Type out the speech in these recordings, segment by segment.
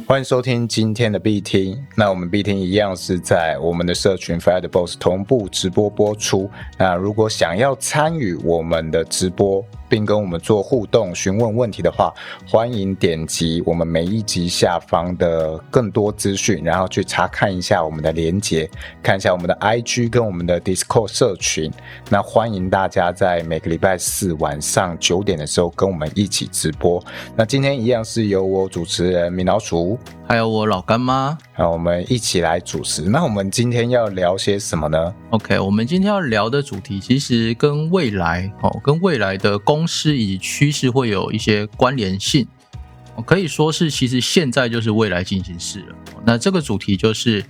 欢迎收听今天的必听。那我们必听一样是在我们的社群 Fire the Boss 同步直播播出。那如果想要参与我们的直播，并跟我们做互动、询问问题的话，欢迎点击我们每一集下方的更多资讯，然后去查看一下我们的连结，看一下我们的 IG 跟我们的 Discord 社群。那欢迎大家在每个礼拜四晚上9点的时候跟我们一起直播。那今天一样是由我主持人米老鼠， 还有我老干妈， 我们一起来主持。那我们今天要聊些什么呢？ OK， 我们今天要聊的主题其实跟未来的公司以及趋势会有一些关联性，可以说是其实现在就是未来进行式了。那这个主题就是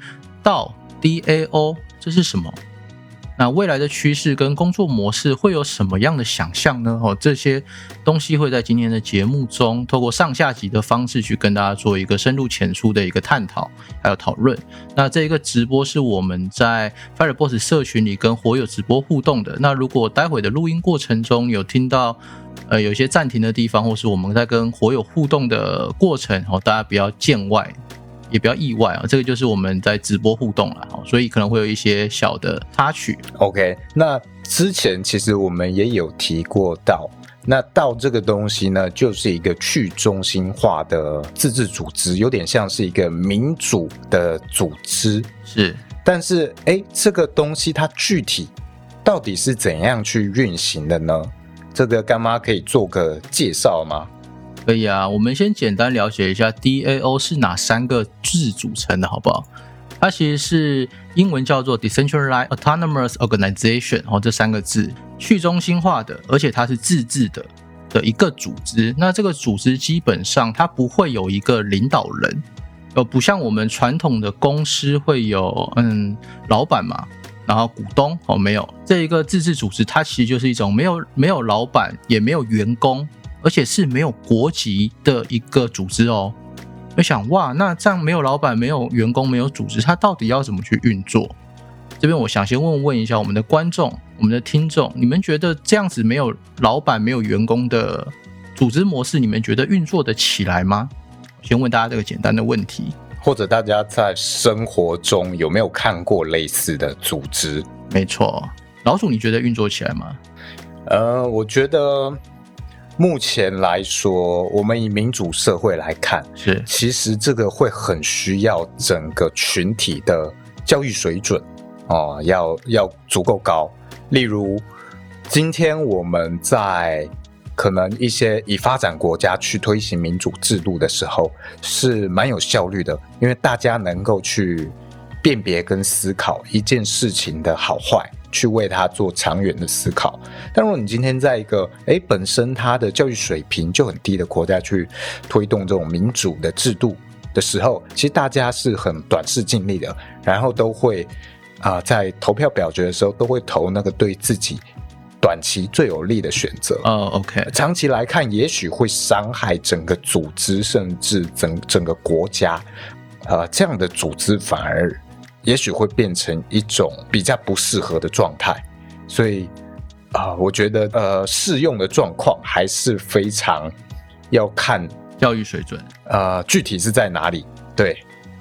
DAO， 这是什么？那未来的趋势跟工作模式会有什么样的想象呢？这些东西会在今天的节目中透过上下集的方式去跟大家做一个深入浅出的一个探讨还有讨论。那这一个直播是我们在 Fire Boss 社群里跟火友直播互动的。那如果待会的录音过程中有听到有些暂停的地方，或是我们在跟火友互动的过程，大家不要见外也不要意外这个就是我们在直播互动了，所以可能会有一些小的插曲。 OK， 那之前其实我们也有提过DAO，那DAO这个东西呢，就是一个去中心化的自治组织，有点像是一个民主的组织。 是， 但是这个东西它具体到底是怎样去运行的呢？这个干妈可以做个介绍吗？ 可以啊，我们先简单了解一下 DAO 是哪3个字组成的好不好？它其实是英文叫做 Decentralized Autonomous Organization， 这3个字，去中心化的，而且它是自治的一个组织。那这个组织基本上它不会有一个领导人，不像我们传统的公司会有老板嘛，然后股东没有。这一个自治组织它其实就是一种没有老板也没有员工，而且是没有国籍的一个组织哦。我想哇，那这样没有老板、没有员工、没有组织，它到底要怎么去运作？这边我想先问一下我们的观众、我们的听众，你们觉得这样子没有老板、没有员工的组织模式，你们觉得运作得起来吗？先问大家这个简单的问题。 或者大家在生活中有没有看过类似的组织？ 没错，老鼠，你觉得运作起来吗？ 我觉得目前来说，我们以民主社会来看， 是， 其实这个会很需要整个群体的教育水准要足够高。例如，今天我们在可能一些已发展国家去推行民主制度的时候，是蛮有效率的，因为大家能够去辨别跟思考一件事情的好坏，去为它做长远的思考。但如果你今天在一个本身它的教育水平就很低的国家去推动这种民主的制度的时候，其实大家是很短视近利的，然后都会在投票表决的时候都会投那个对自己短期最有利的选择。 OK， 长期来看也许会伤害整个组织，甚至整个国家。这样的组织反而也许会变成一种比较不适合的状态。所以我觉得适用的状况还是非常要看教育水准， 具体是在哪里。对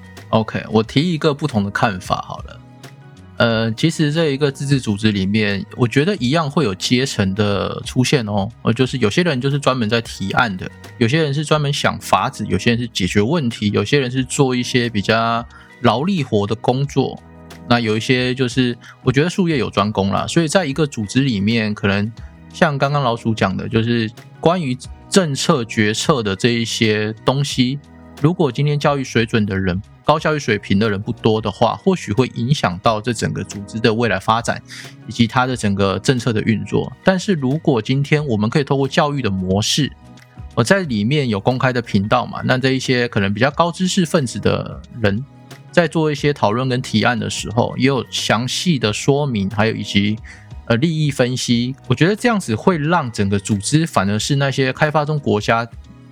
OK， 我提一个不同的看法好了。其实这一个自治组织里面，我觉得一样会有阶层的出现就是有些人就是专门在提案的，有些人是专门想法子，有些人是解决问题，有些人是做一些比较劳力活的工作，那有一些就是我觉得术业有专攻啦。所以在一个组织里面，可能像刚刚老鼠讲的，就是关于政策决策的这一些东西，如果今天教育水准的人、高教育水平的人不多的话，或许会影响到这整个组织的未来发展以及它的整个政策的运作。但是如果今天我们可以透过教育的模式，我在里面有公开的频道嘛，那这一些可能比较高知识分子的人在做一些讨论跟提案的时候，也有详细的说明，还有以及利益分析。我觉得这样子会让整个组织反而是那些开发中国家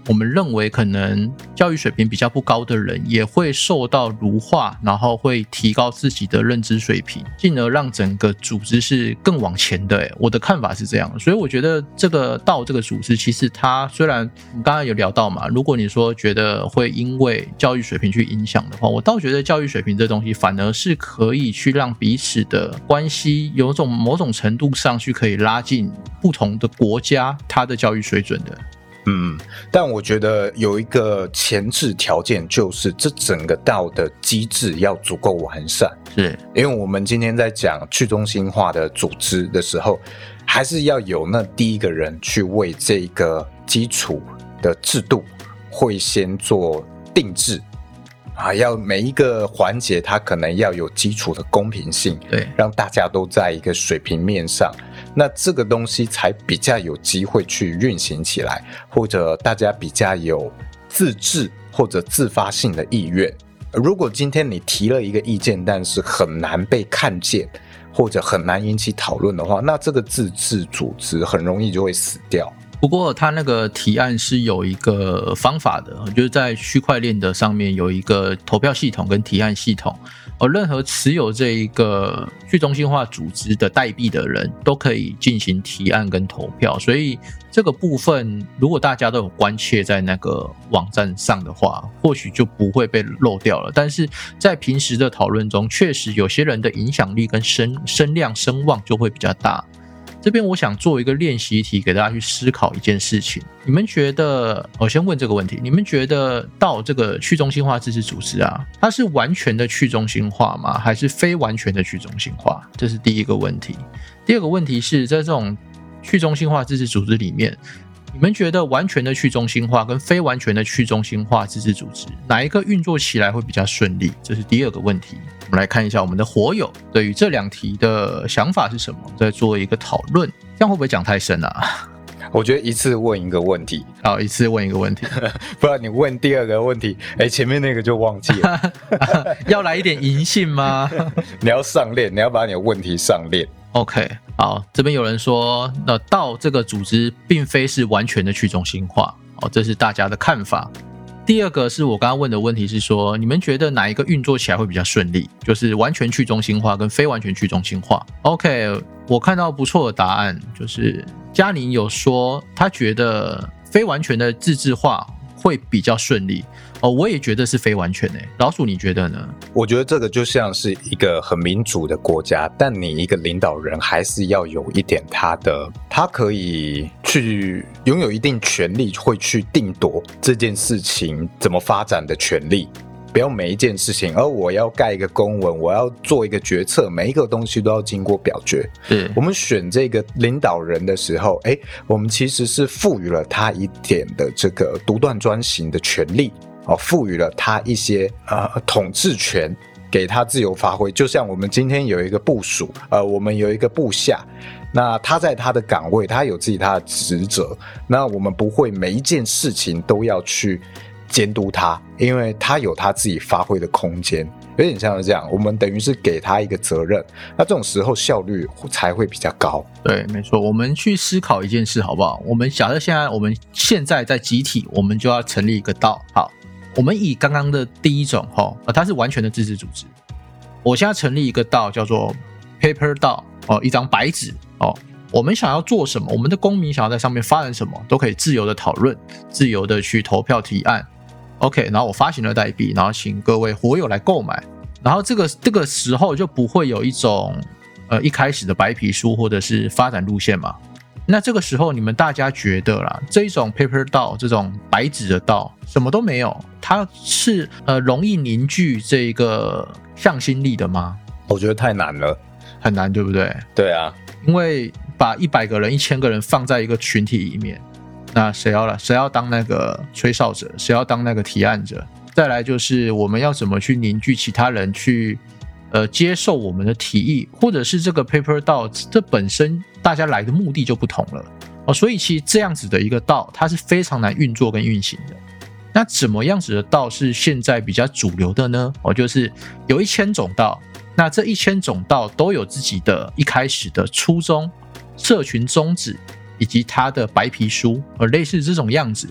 我们认为可能教育水平比较不高的人也会受到儒化，然后会提高自己的认知水平，进而让整个组织是更往前的。我的看法是这样，所以我觉得这个道这个组织，其实它虽然我们刚刚有聊到嘛，如果你说觉得会因为教育水平去影响的话，我倒觉得教育水平这东西反而是可以去让彼此的关系有种某种程度上去可以拉近不同的国家它的教育水准的。 但我觉得有一个前置条件，就是这整个道的机制要足够完善。 是， 因为我们今天在讲去中心化的组织的时候，还是要有那第一个人去为这个基础的制度会先做定制要每一个环节它可能要有基础的公平性， 对， 让大家都在一个水平面上，那这个东西才比较有机会去运行起来，或者大家比较有自治或者自发性的意愿。如果今天你提了一个意见，但是很难被看见，或者很难引起讨论的话，那这个自治组织很容易就会死掉。 不过他那个提案是有一个方法的，就是在区块链的上面有一个投票系统跟提案系统，任何持有这一个去中心化组织的代币的人都可以进行提案跟投票，所以这个部分如果大家都有关切在那个网站上的话，或许就不会被漏掉了。但是在平时的讨论中，确实有些人的影响力跟声量声望就会比较大。这边我想做一个练习题给大家去思考一件事情，你们觉得，我先问这个问题，你们觉得到这个去中心化自治组织它是完全的去中心化吗？还是非完全的去中心化？这是第一个问题。第二个问题是，在这种去中心化自治组织里面，你们觉得完全的去中心化跟非完全的去中心化自治组织，哪一个运作起来会比较顺利？这是第二个问题。我们来看一下我们的火友对于这两题的想法是什么，再做一个讨论。这样会不会讲太深啊？ 我觉得一次问一个问题。 好，一次问一个问题。 不然你问第二个问题，前面那个就忘记了。 要来一点银杏吗？ 你要上链，你要把你的问题上链。 OK， 好，这边有人说，道这个组织并非是完全的去中心化，这是大家的看法。第二个是我刚刚问的问题是说，你们觉得哪一个运作起来会比较顺利？就是完全去中心化跟非完全去中心化。OK， 我看到不错的答案，就是嘉宁有说他觉得非完全的自治化会比较顺利。我也觉得是非完全老鼠你觉得呢？ 我觉得这个就像是一个很民主的国家，但你一个领导人还是要有一点他可以去拥有一定权力，会去定夺这件事情怎么发展的权利。不要每一件事情，我要盖一个公文，我要做一个决策，每一个东西都要经过表决。我们选这个领导人的时候，我们其实是赋予了他一点的这个独断专行的权利。赋予了他一些统治权，给他自由发挥。就像我们今天有一个部属，我们有一个部下，那他在他的岗位，他有自己他的职责，那我们不会每一件事情都要去监督他，因为他有他自己发挥的空间。有点像是这样，我们等于是给他一个责任，那这种时候效率才会比较高。 对，没错。我们去思考一件事好不好？我们假设我们现在在集体，我们就要成立一个道。好，我们以刚刚的第一种它是完全的自治组织。我现在成立一个道叫做 Paper 道一张白纸我们想要做什么，我们的公民想要在上面发展什么，都可以自由的讨论，自由的去投票提案。OK， 然后我发行了代币，然后请各位火友来购买，然后这个时候就不会有一种一开始的白皮书或者是发展路线嘛。那这个时候你们大家觉得啦，这一种 paper 道，这种白纸的道什么都没有，它是容易凝聚这个向心力的吗？ 我觉得太难了。 很难，对不对？ 对啊， 因为把100个人1000个人放在一个群体里面，那谁要当那个吹哨者，谁要当那个提案者？再来就是我们要怎么去凝聚其他人去接受我们的提议，或者是这个 paper 道这本身大家来的目的就不同了所以其实这样子的一个道它是非常难运作跟运行的。那怎么样子的道是现在比较主流的呢？就是有1000种道，那这1000种道都有自己的一开始的初衷、社群宗旨以及它的白皮书类似这种样子。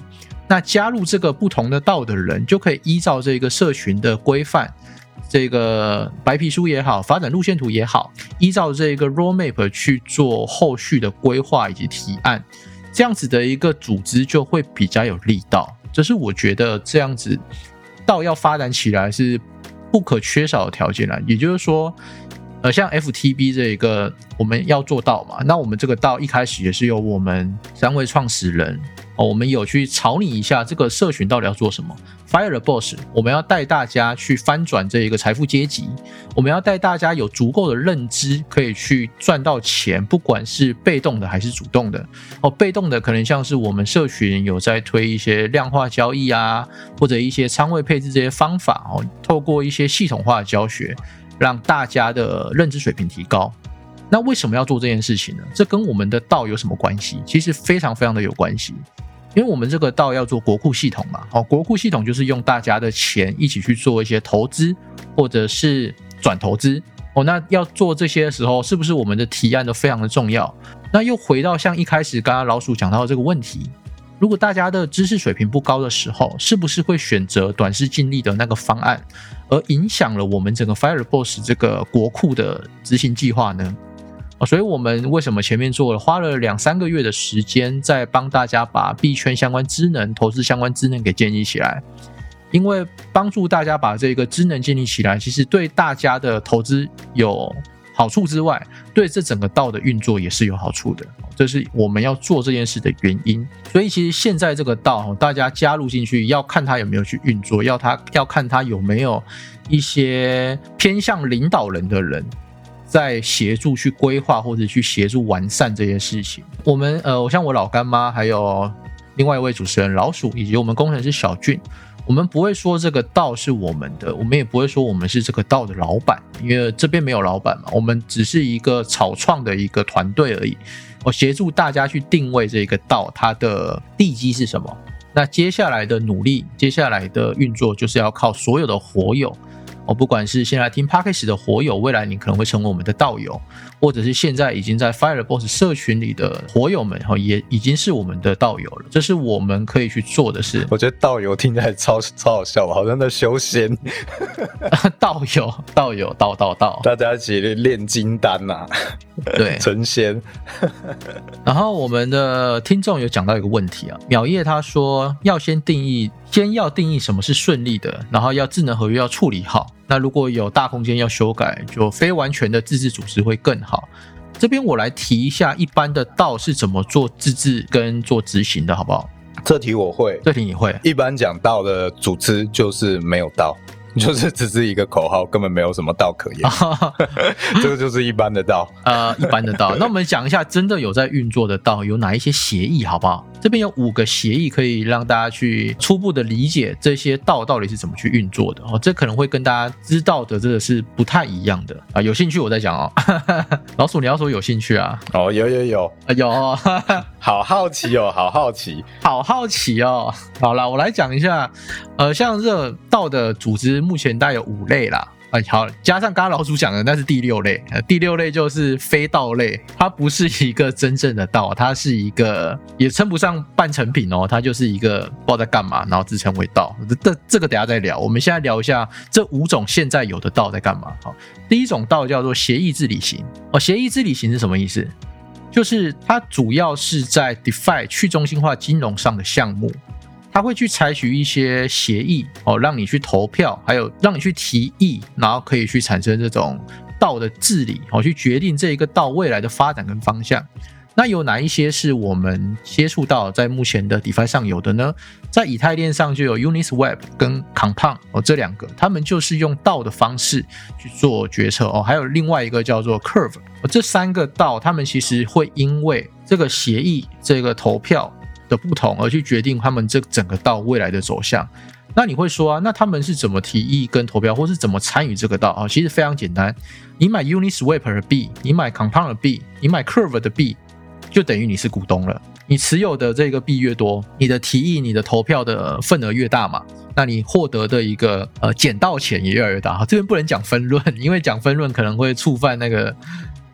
那加入这个不同的道的人，就可以依照这个社群的规范，这个白皮书也好，发展路线图也好，依照这个 roadmap 去做后续的规划以及提案，这样子的一个组织就会比较有力道。这是我觉得这样子道要发展起来是不可缺少的条件啦。也就是说，像 FTB 这一个我们要做道嘛，那我们这个道一开始也是由我们3位创始人我们有去草拟一下这个社群到底要做什么。 Fire the Boss 我们要带大家去翻转这一个财富阶级，我们要带大家有足够的认知可以去赚到钱，不管是被动的还是主动的被动的可能像是我们社群有在推一些量化交易啊，或者一些仓位配置这些方法透过一些系统化的教学让大家的认知水平提高。那为什么要做这件事情呢？这跟我们的道有什么关系？其实非常非常的有关系。因为我们这个道要做国库系统嘛，国库系统就是用大家的钱一起去做一些投资或者是转投资那要做这些的时候，是不是我们的提案都非常的重要？那又回到像一开始刚刚老鼠讲到的这个问题，如果大家的知识水平不高的时候，是不是会选择短视近利的那个方案，而影响了我们整个 Fire the Boss 这个国库的执行计划呢？所以我们为什么前面花了2-3个月的时间在帮大家把币圈相关知能、投资相关知能给建立起来？因为帮助大家把这个知能建立起来，其实对大家的投资有好处之外，对这整个道的运作也是有好处的，这是我们要做这件事的原因。所以其实现在这个道大家加入进去，要看它有没有去运作，要看它有没有一些偏向领导人的人在协助去规划或者去协助完善这些事情。我们像我老干妈还有另外一位主持人老鼠以及我们工程师小俊，我们不会说这个道是我们的，我们也不会说我们是这个道的老板，因为这边没有老板嘛，我们只是一个草创的一个团队而已。我协助大家去定位这个道它的地基是什么，那接下来的努力，接下来的运作就是要靠所有的活友不管是现在听 Podcast 的活友，未来你可能会成为我们的道友，或者是现在已经在 Fire the Boss 社群里的活友们也已经是我们的道友了，这是我们可以去做的事。 我觉得道友听起来超好笑，好像在修仙道友，大家一起炼金丹对， 成仙然后我们的听众有讲到一个问题淼叶他说先要定义什么是顺利的，然后要智能合约要处理好，那如果有大空间要修改，就非完全的自治组织会更好。这边我来提一下一般的道是怎么做自治跟做执行的好不好？ 这题我会， 这题你会。一般讲道的组织就是没有道，就是只是一个口号，根本没有什么道可言这个就是一般的道一般的道。那我们讲一下真的有在运作的道有哪一些协议好不好？这边有5个协议可以让大家去初步的理解这些道到底是怎么去运作的这可能会跟大家知道的这个是不太一样的有兴趣我再讲老鼠你要说有兴趣啊？ 有好好奇好好奇好啦，我来讲一下像这道的组织目前大概有5类啦好，加上刚刚老鼠讲的那是第6类，第6类就是非道类，它不是一个真正的道，它是一个也称不上半成品它就是一个不知道在干嘛，然后自称为道。这个等一下再聊，我们现在聊一下这5种现在有的道在干嘛。第一种道叫做协议治理型协议治理型是什么意思？就是它主要是在 DeFi 去中心化金融上的项目，他会去采取一些协议让你去投票，还有让你去提议，然后可以去产生这种道的治理去决定这一个道未来的发展跟方向。那有哪一些是我们接触到在目前的 DeFi 上有的呢？在以太链上就有 Uniswap 跟 Compound 这2个，他们就是用道的方式去做决策还有另外一个叫做 Curve 这3个道，他们其实会因为这个协议这个投票的不同而去决定他们这整个道未来的走向。那你会说那他们是怎么提议跟投票，或是怎么参与这个道其实非常简单，你买 Uniswap 的币，你买 Compound 的币，你买 Curve 的币，就等于你是股东了。你持有的这个币越多，你的提议你的投票的份额越大嘛，那你获得的一个捡到钱也越来越大。这边不能讲分论，因为讲分论可能会触犯那个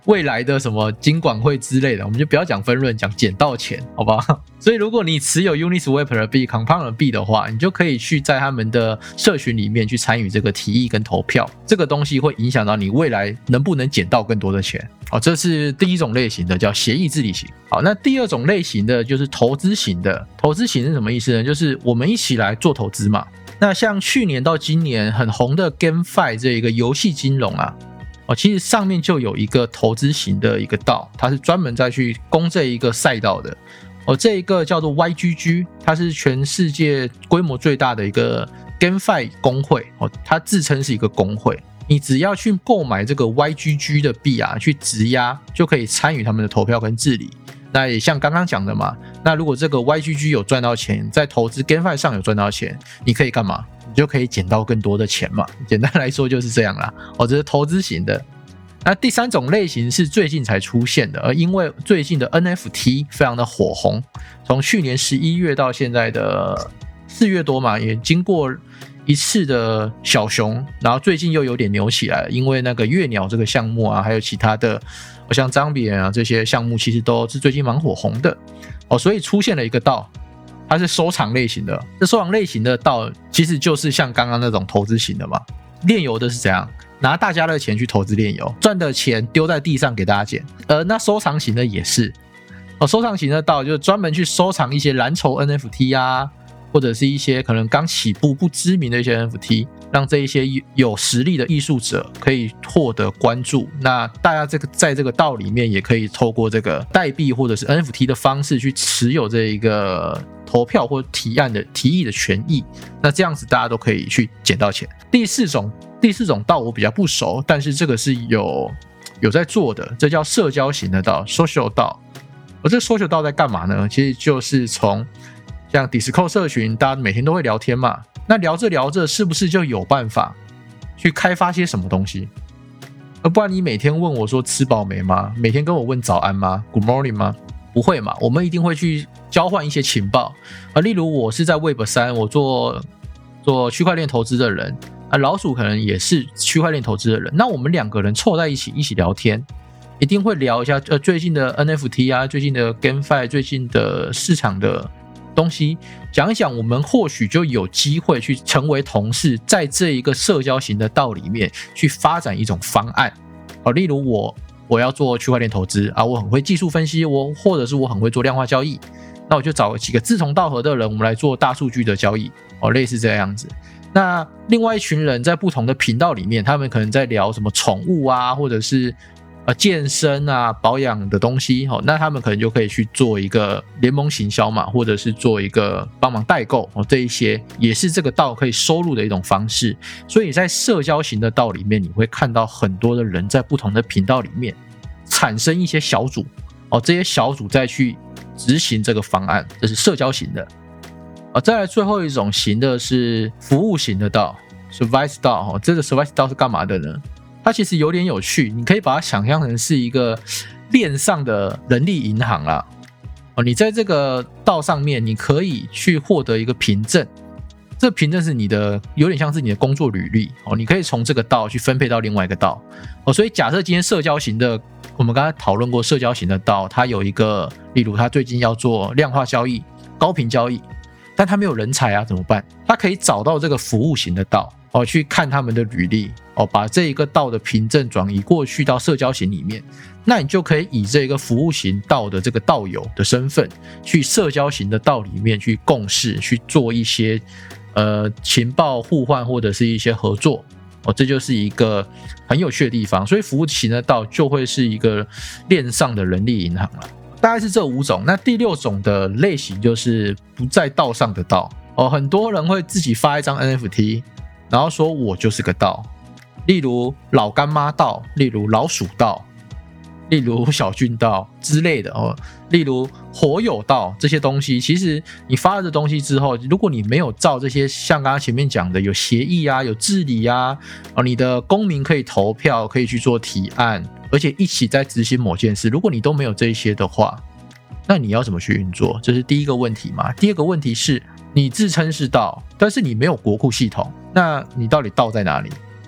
未来的什么金管会之类的，我们就不要讲分润，讲捡到钱，好不好？所以如果你持有 Uniswap 的币、Compound 的币的话，你就可以去在他们的社群里面去参与这个提议跟投票，这个东西会影响到你未来能不能捡到更多的钱。好，这是第一种类型的，叫协议治理型。好，那第二种类型的就是投资型的。投资型是什么意思呢？就是我们一起来做投资嘛。那像去年到今年很红的 GameFi 这一个游戏金融啊，其实上面就有一个投资型的一个道，它是专门在去攻这一个赛道的。这一个叫做 YGG， 它是全世界规模最大的一个 GameFi 公会，它自称是一个公会。你只要去购买这个 YGG 的币啊，去质押就可以参与他们的投票跟治理。那也像刚刚讲的嘛，那如果这个 YGG 有赚到钱，在投资 GameFi 上有赚到钱，你可以干嘛？你就可以捡到更多的钱嘛。简单来说就是这样啦。这是投资型的。那第三种类型是最近才出现的，而因为最近的 NFT 非常的火红，从去年11月到现在的4月多嘛，也经过一次的小熊，然后最近又有点牛起来了，因为那个月鸟这个项目啊，还有其他的像张比啊这些项目，其实都是最近蛮火红的所以出现了一个道，它是收藏类型的。这收藏类型的道其实就是像刚刚那种投资型的嘛。炼油的是怎样？拿大家的钱去投资炼油，赚的钱丢在地上给大家捡。那收藏型的也是收藏型的道就是专门去收藏一些蓝筹 NFT 啊，或者是一些可能刚起步不知名的一些 NFT， 让这一些有实力的艺术者可以获得关注。那大家在这个道里面也可以透过这个代币或者是 NFT 的方式去持有这一个投票或提议的权益。那这样子大家都可以去捡到钱。第四种道我比较不熟，但是这个是有在做的，这叫社交型的道 social 道。而这 social 道在干嘛呢？其实就是从像 Discord 社群，大家每天都会聊天嘛，那聊着是不是就有办法去开发些什么东西？不然你每天问我说吃饱没吗？每天跟我问早安吗？ Good morning 吗？不会嘛，我们一定会去交换一些情报例如我是在 Web3 我做区块链投资的人老鼠可能也是区块链投资的人，那我们两个人凑在一起聊天，一定会聊一下最近的 NFT 啊，最近的 GameFi， 最近的市场的东西，讲一讲，我们或许就有机会去成为同事，在这一个社交型的道里面去发展一种方案例如我要做区块链投资我很会技术分析，或者是我很会做量化交易，那我就找几个志同道合的人，我们来做大数据的交易类似这样子。那另外一群人在不同的频道里面，他们可能在聊什么宠物啊，或者是健身啊保养的东西那他们可能就可以去做一个联盟行销嘛，或者是做一个帮忙代购这一些也是这个道可以收入的一种方式。所以在社交型的道里面，你会看到很多的人在不同的频道里面产生一些小组这些小组再去执行这个方案，这是社交型的再来最后一种型的是服务型的道 Service 道这个 Service 道是干嘛的呢？它其实有点有趣，你可以把它想象成是一个链上的人力银行啦你在这个道上面，你可以去获得一个凭证，这个凭证是你的，有点像是你的工作履历你可以从这个道去分配到另外一个道所以假设今天社交型的，我们刚才讨论过社交型的道，它有一个，例如它最近要做量化交易、高频交易，但他没有人才怎么办？他可以找到这个服务型的道去看他们的履历把这一个道的凭证转移过去到社交型里面，那你就可以以这个服务型道的这个道友的身份，去社交型的道里面去共事，去做一些情报互换或者是一些合作这就是一个很有趣的地方。所以服务型的道就会是一个链上的人力银行了。大概是这5种。那第6种的类型就是不在道上的道很多人会自己发一张 NFT， 然后说我就是个道，例如老干妈道，例如老鼠道，例如小俊道之类的例如火友道，这些东西其实你发了这东西之后，如果你没有照这些像刚刚前面讲的有协议啊，有治理啊你的公民可以投票，可以去做提案，而且一起在执行某件事，如果你都没有这些的话，那你要怎么去运作？这是第一个问题嘛。第二个问题是你自称是道，但是你没有国库系统，那你到底道在哪里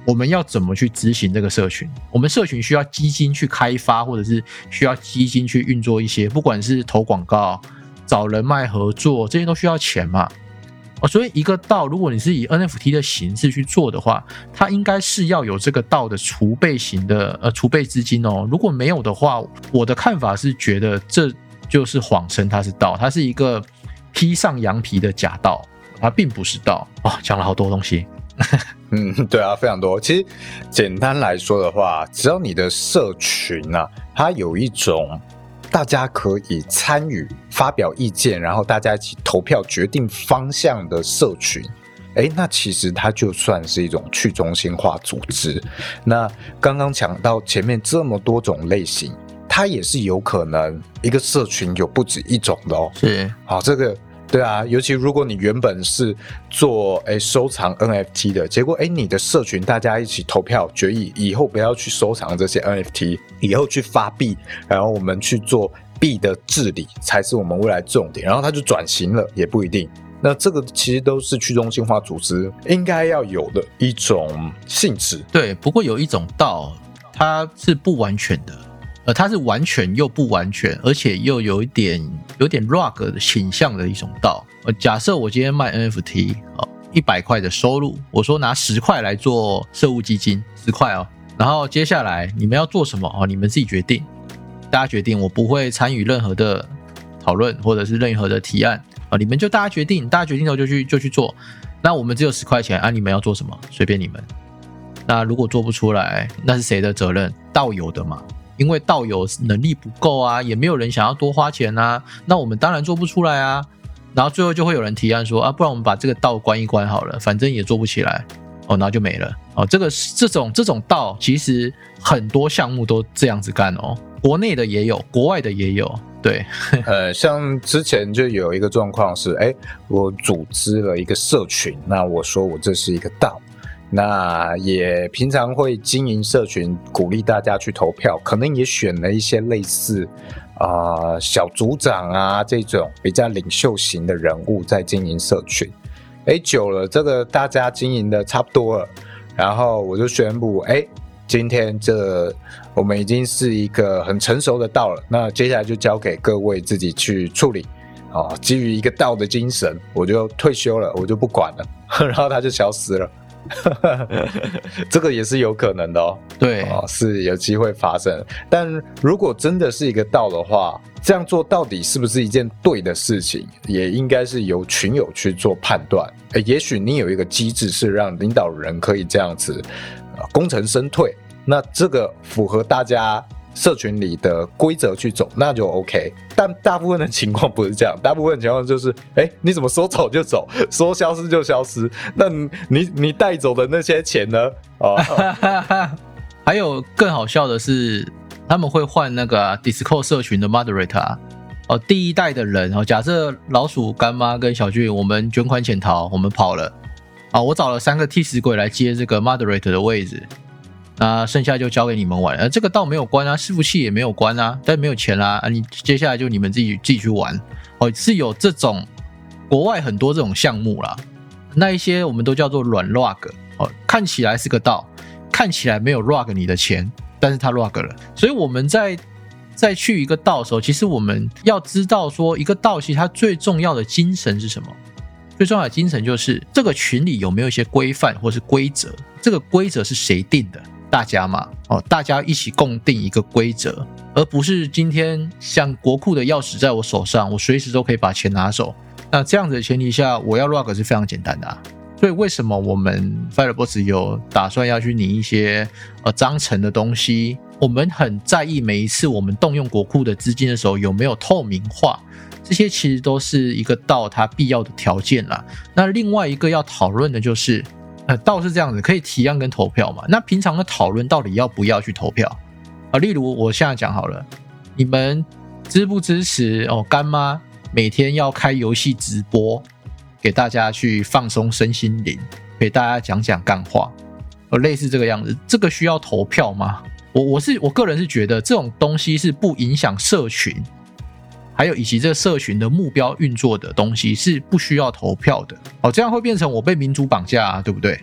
我们要怎么去执行这个社群？我们社群需要基金去开发，或者是需要基金去运作一些，不管是投广告、找人脉合作，这些都需要钱嘛。所以一个道，如果你是以 NFT 的形式去做的话，它应该是要有这个道的储备型的储备资金哦。如果没有的话，我的看法是觉得这就是谎称它是道，它是一个披上羊皮的假道，它并不是道。讲了好多东西。 对啊，非常多。其实简单来说的话，只要你的社群啊，它有一种大家可以参与、发表意见，然后大家一起投票决定方向的社群，那其实它就算是一种去中心化组织。那刚刚讲到前面这么多种类型，它也是有可能一个社群有不止一种的哦。 是， 好，这个。对啊，尤其如果你原本是做收藏 NFT 的，结果你的社群大家一起投票决议，以后不要去收藏这些 NFT， 以后去发币，然后我们去做币的治理才是我们未来重点，然后它就转型了，也不一定。那这个其实都是去中心化组织应该要有的一种性质。 对，不过有一种道，它是不完全的。它是完全又不完全，而且又有点 rug 的倾向的一种道。假设我今天卖 NFT 100块的收入，我说拿10块来做社务基金，10块哦。然后接下来你们要做什么你们自己决定，大家决定，我不会参与任何的讨论或者是任何的提案你们就大家决定，大家决定后就去做。那我们只有10块钱你们要做什么随便你们。那如果做不出来，那是谁的责任？道友的嘛。因为道友能力不够啊，也没有人想要多花钱啊，那我们当然做不出来啊。然后最后就会有人提案说不然我们把这个道关一关好了，反正也做不起来然后就没了这种道其实很多项目都这样子干国内的也有，国外的也有。对， 像之前就有一个状况是，我组织了一个社群，那我说我这是一个道。那也平常会经营社群，鼓励大家去投票，可能也选了一些类似小组长啊这种比较领袖型的人物在经营社群。久了这个大家经营的差不多了，然后我就宣布今天我们已经是一个很成熟的道了，那接下来就交给各位自己去处理基于一个道的精神，我就退休了，我就不管了然后他就消失了这个也是有可能的对是有机会发生。但如果真的是一个道的话，这样做到底是不是一件对的事情，也应该是由群友去做判断。也许你有一个机制是让领导人可以这样子功成身退，那这个符合大家社群里的规则去走，那就 OK。但大部分的情况不是这样，大部分的情况就是你怎么说走就走，说消失就消失，那你带走的那些钱呢还有更好笑的是，他们会换那个Discord 社群的 moderator 第一代的人假设老鼠干妈跟小俊我们卷款潜逃，我们跑了我找了3个替死鬼来接这个 moderator 的位置，那剩下就交给你们玩这个道没有关啊，伺服器也没有关啊，但没有钱啦你接下来就你们自己去玩是有这种国外很多这种项目啦，那一些我们都叫做软 rug 看起来是个道，看起来没有 rug 你的钱，但是它 rug 了。所以我们在去一个道的时候，其实我们要知道说一个道其实它最重要的精神是什么。最重要的精神就是这个群里有没有一些规范或是规则，这个规则是谁定的？大家嘛大家一起共定一个规则，而不是今天像国库的钥匙在我手上，我随时都可以把钱拿走。那这样子的前提下，我要 rug 是非常简单的所以为什么我们 Firebox 有打算要去拟一些章程的东西？我们很在意每一次我们动用国库的资金的时候有没有透明化，这些其实都是一个道它必要的条件啦。那另外一个要讨论的就是道是这样子，可以提案跟投票嘛？那平常的讨论到底要不要去投票例如我现在讲好了，你们支不支持干妈每天要开游戏直播给大家去放松身心灵，给大家讲讲干话类似这个样子，这个需要投票吗？我个人是觉得这种东西是不影响社群还有以及这个社群的目标运作的东西是不需要投票的这样会变成我被民主绑架对不对？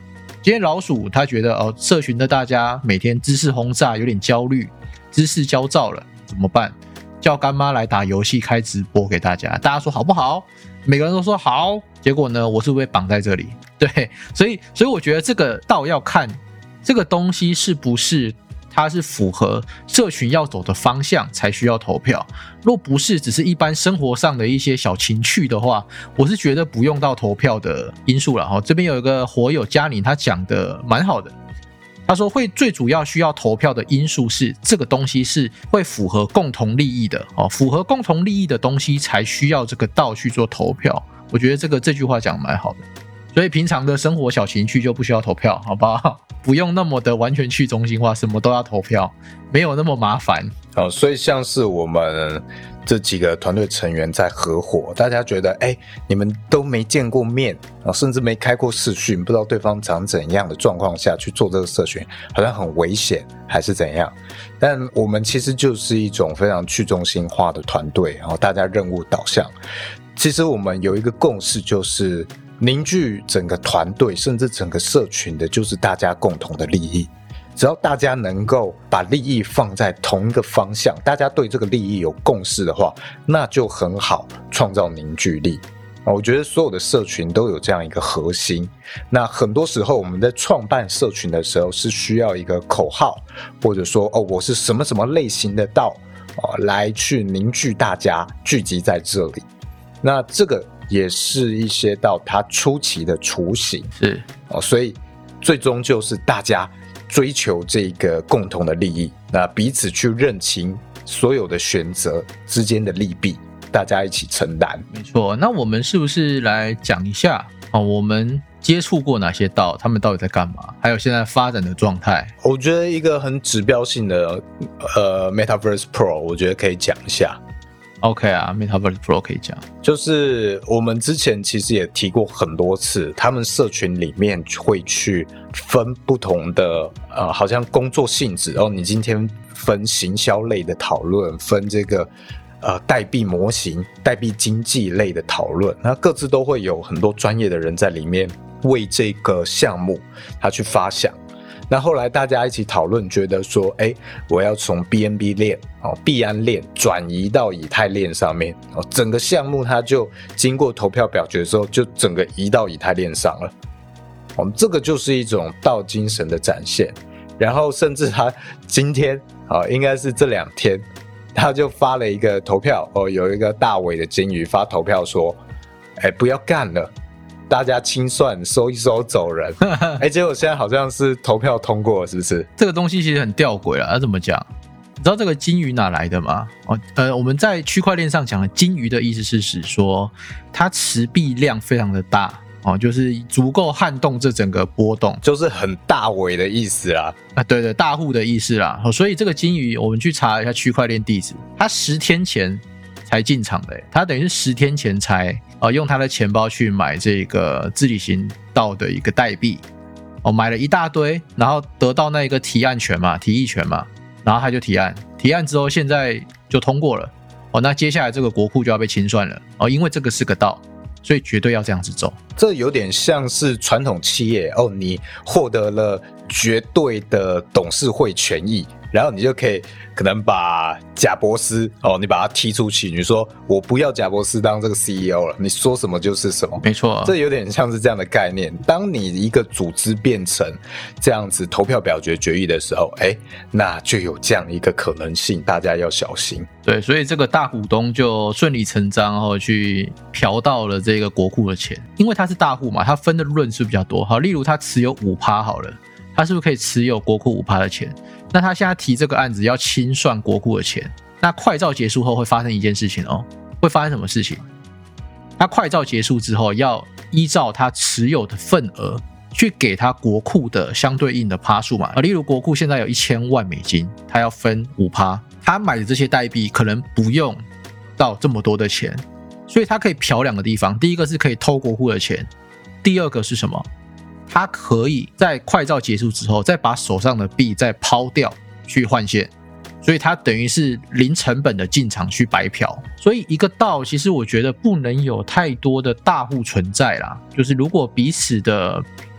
今天老鼠他觉得社群的大家每天知识轰炸有点焦虑，知识焦躁了，怎么办？叫干妈来打游戏开直播给大家，大家说好不好？每个人都说好，结果呢，我是不是被绑在这里？对，所以我觉得这个倒要看这个东西是不是它是符合社群要走的方向才需要投票。若不是只是一般生活上的一些小情趣的话，我是觉得不用到投票的因素了。这边有一个火友嘉宁，他讲的蛮好的。他说最主要需要投票的因素是这个东西是会符合共同利益的，符合共同利益的东西才需要这个道去做投票。我觉得这句话讲蛮好的，所以平常的生活小情趣就不需要投票，好不好？不用那么的完全去中心化，什么都要投票，没有那么麻烦。 所以像是我们这几个团队成员在合伙，大家觉得你们都没见过面，甚至没开过视讯，不知道对方长怎样的状况下去做这个社群，好像很危险还是怎样。但我们其实就是一种非常去中心化的团队，大家任务导向。其实我们有一个共识，就是凝聚整个团队甚至整个社群的就是大家共同的利益。只要大家能够把利益放在同一个方向，大家对这个利益有共识的话，那就很好创造凝聚力。我觉得所有的社群都有这样一个核心。那很多时候我们在创办社群的时候是需要一个口号，或者说我是什么什么类型的道来去凝聚大家聚集在这里。那这个也是一些道它初期的雏形， 是所以最终就是大家追求这个共同的利益，那彼此去认清所有的选择之间的利弊，大家一起承担。 没错，那我们是不是来讲一下我们接触过哪些道，他们到底在干嘛，还有现在发展的状态？ 我觉得一个很指标性的Metaverse Pro， 我觉得可以讲一下。 OK 啊 ，Metaverse Pro 可以讲， 就是我们之前其实也提过很多次，他们社群里面会去分不同的好像工作性质你今天分行销类的讨论，分这个代币模型、代币经济类的讨论，那各自都会有很多专业的人在里面为这个项目他去发想。那后来大家一起讨论，觉得说我要从 BNB 链币安链转移到以太链上面整个项目它就经过投票表决之后就整个移到以太链上了这个就是一种道精神的展现。然后甚至他今天应该是这2天他就发了一个投票有一个大尾的金鱼发投票说不要干了，大家清算收一收走人结果现在好像是投票通过了，是不是？ 这个东西其实很吊诡啦，要怎么讲？你知道这个金鱼哪来的吗？我们在区块链上讲的金鱼的意思是指说它持币量非常的大就是足够撼动这整个波动， 就是很大尾的意思啦。 对，大户的意思啦。所以这个金鱼我们去查一下区块链地址，它10天前才进场的，它等于是10天前才用他的钱包去买这个自理行道的一个代币买了一大堆，然后得到那个提案权嘛，提议权嘛，然后他就提案之后现在就通过了那接下来这个国库就要被清算了因为这个是个道，所以绝对要这样子走。 这有点像是传统企业你获得了绝对的董事会权益，然后你就可以可能把贾伯斯你把他踢出去，你说我不要贾伯斯当这个 CEO 了，你说什么就是什么。 没错， 这有点像是这样的概念。当你一个组织变成这样子投票表决决议的时候那就有这样一个可能性，大家要小心。 对，所以这个大股东就顺理成章去嫖到了这个国库的钱，因为他是大户嘛，他分的润是比较多。好，例如他持有 5% 好了，他是不是可以持有国库 5% 的钱？那他现在提这个案子要清算国库的钱，那快照结束后会发生一件事情会发生什么事情？他快照结束之后要依照他持有的份额去给他国库的相对应的趴数嘛。例如国库现在有1000万美金，他要分 5%， 他买的这些代币可能不用到这么多的钱，所以他可以嫖2个地方。第一个是可以偷国库的钱，第二个是什么？他可以在快照结束之后再把手上的币再抛掉去换现，所以他等于是零成本的进场去白嫖。所以一个道其实我觉得不能有太多的大户存在啦，就是如果彼此的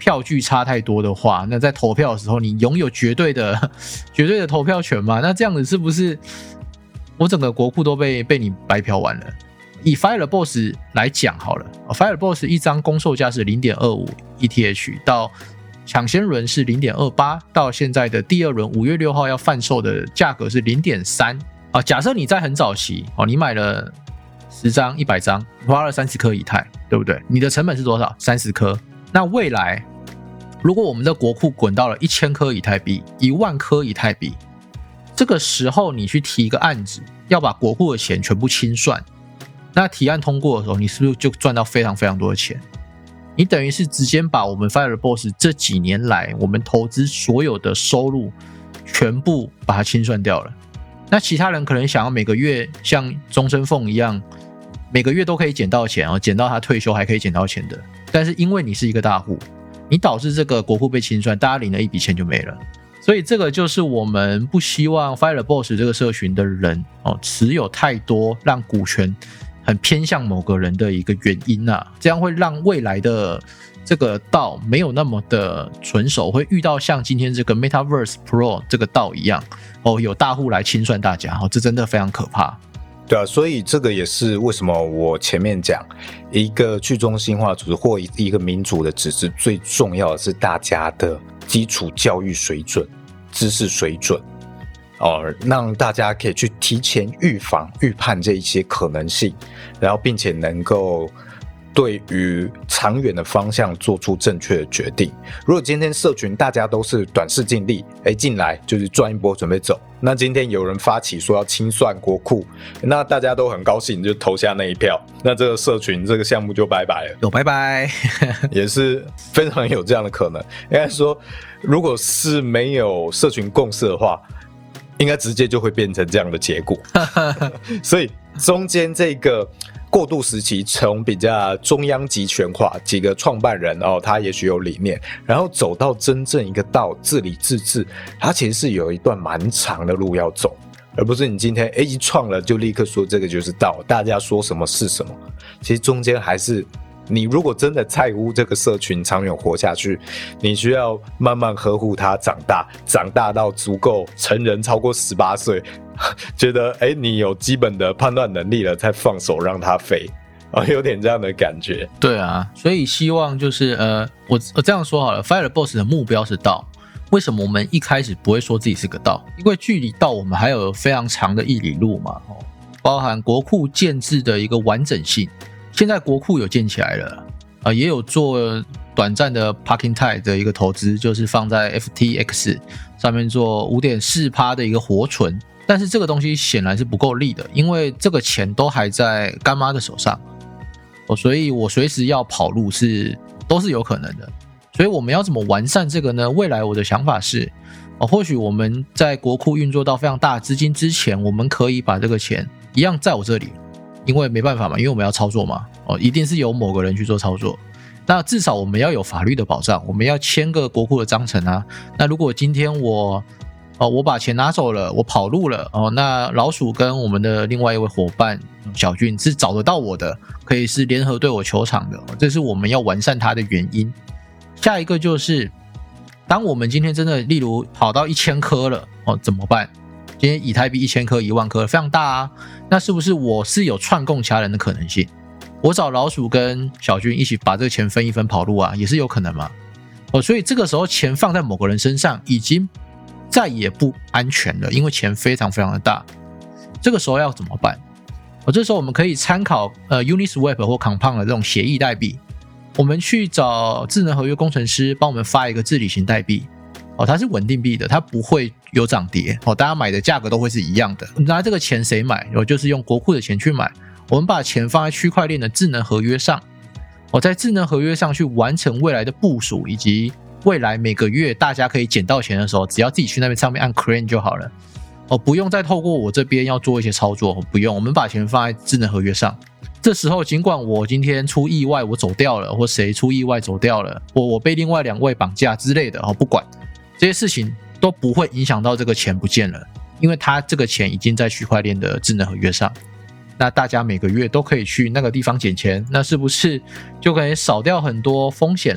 票据差太多的话，那在投票的时候你拥有绝对的投票权嘛？那这样子是不是我整个国库都被你白嫖完了？以 Fireboss 来讲好了 ，Fireboss 一张公售价是 0.25 ETH， 到抢先轮是 0.28， 到现在的第二轮5月6号要贩售的价格是 0.3。假设你在很早期你买了10张100张，花了30颗以太，对不对？你的成本是多少？30颗。那未来如果我们的国库滚到了1000颗以太币，1万颗以太币，这个时候你去提一个案子，要把国库的钱全部清算，那提案通过的时候，你是不是就赚到非常非常多的钱？你等于是直接把我们 Fireboss 这几年来我们投资所有的收入全部把它清算掉了。那其他人可能想要每个月像钟声凤一样，每个月都可以捡到钱，捡到他退休还可以捡到钱的，但是因为你是一个大户，你导致这个国库被清算，大家领了一笔钱就没了。所以这个就是我们不希望 Fireboss 这个社群的人持有太多让股权很偏向某个人的一个原因啊，这样会让未来的这个道没有那么的纯熟，会遇到像今天这个 Metaverse Pro 这个道一样有大户来清算大家这真的非常可怕。 对啊，所以这个也是为什么我前面讲一个去中心化组织或一个民主的组织，最重要的是大家的基础教育水准、知识水准让大家可以去提前预防、预判这一些可能性，然后并且能够对于长远的方向做出正确的决定。如果今天社群大家都是短视近利，进来就是赚一波准备走，那今天有人发起说要清算国库，那大家都很高兴就投下那一票，那这个社群这个项目就拜拜了， 有拜拜也是非常有这样的可能。应该说如果是没有社群共识的话，应该直接就会变成这样的结果所以中间这个过渡时期，从比较中央集权化几个创办人他也许有理念，然后走到真正一个道自理自治，它其实是有一段蛮长的路要走，而不是你今天一创了就立刻说这个就是道，大家说什么是什么。其实中间还是你如果真的在乎这个社群长远活下去，你需要慢慢呵护它长大到足够成人超过18岁，觉得你有基本的判断能力了才放手让它飞有点这样的感觉。 对啊，所以希望就是我这样说好了， Fireboss 的目标是道。为什么我们一开始不会说自己是个道？因为距离道我们还有非常长的1里路嘛，包含国库建制的一个完整性。现在国库有建起来了也有做短暂的 parking time 的一个投资，就是放在 FTX 上面做 5.4% 的一个活存，但是这个东西显然是不够力的，因为这个钱都还在干妈的手上所以我随时要跑路都是有可能的。所以我们要怎么完善这个呢？未来我的想法是或许我们在国库运作到非常大的资金之前，我们可以把这个钱一样在我这里，因为没办法嘛，因为我们要操作嘛一定是由某个人去做操作。那至少我们要有法律的保障，我们要签个国库的章程啊。那如果今天我把钱拿走了，我跑路了那老鼠跟我们的另外一位伙伴小俊是找得到我的，可以是联合对我求偿的这是我们要完善它的原因。下一个就是当我们今天真的例如跑到1000颗了怎么办？今天以太币1000颗1万颗非常大啊，那是不是我是有串供其他人的可能性？我找老鼠跟小军一起把这个钱分一分跑路啊，也是有可能嘛所以这个时候钱放在某个人身上已经再也不安全了，因为钱非常非常的大。这个时候要怎么办这时候我们可以参考Uniswap 或 Compound 的这种协议代币，我们去找智能合约工程师帮我们发一个治理型代币它是稳定币的，它不会有涨跌大家买的价格都会是一样的。拿这个钱谁买就是用国库的钱去买，我们把钱放在区块链的智能合约上在智能合约上去完成未来的部署，以及未来每个月大家可以捡到钱的时候，只要自己去那边上面按 claim 就好了不用再透过我这边要做一些操作不用，我们把钱放在智能合约上。这时候尽管我今天出意外我走掉了，或谁出意外走掉了，我被另外2位绑架之类的不管，这些事情都不会影响到这个钱不见了，因为它这个钱已经在区块链的智能合约上。那大家每个月都可以去那个地方捡钱，那是不是就可以少掉很多风险了？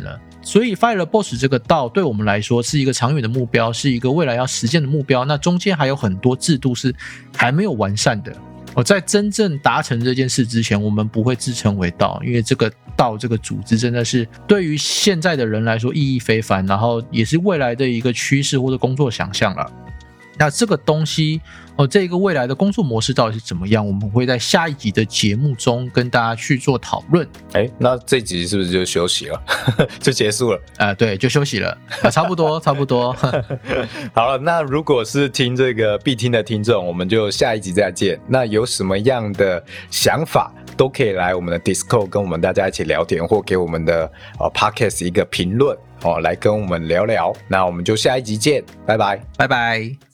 所以 Fire the Boss 这个道对我们来说是一个长远的目标，是一个未来要实现的目标。那中间还有很多制度是还没有完善的。在真正达成这件事之前，我们不会自称为道，因为这个道这个组织真的是对于现在的人来说意义非凡，然后也是未来的一个趋势或者工作想象了。那这个东西这个未来的工作模式到底是怎么样，我们会在下一集的节目中跟大家去做讨论。 那这集是不是就休息了就结束了？ 对，就休息了差不多差不多好了，那如果是听这个必听的听众，我们就下一集再见。那有什么样的想法都可以来我们的 Discord 跟我们大家一起聊天，或给我们的Podcast 一个评论来跟我们聊聊。那我们就下一集见，拜拜， 拜拜。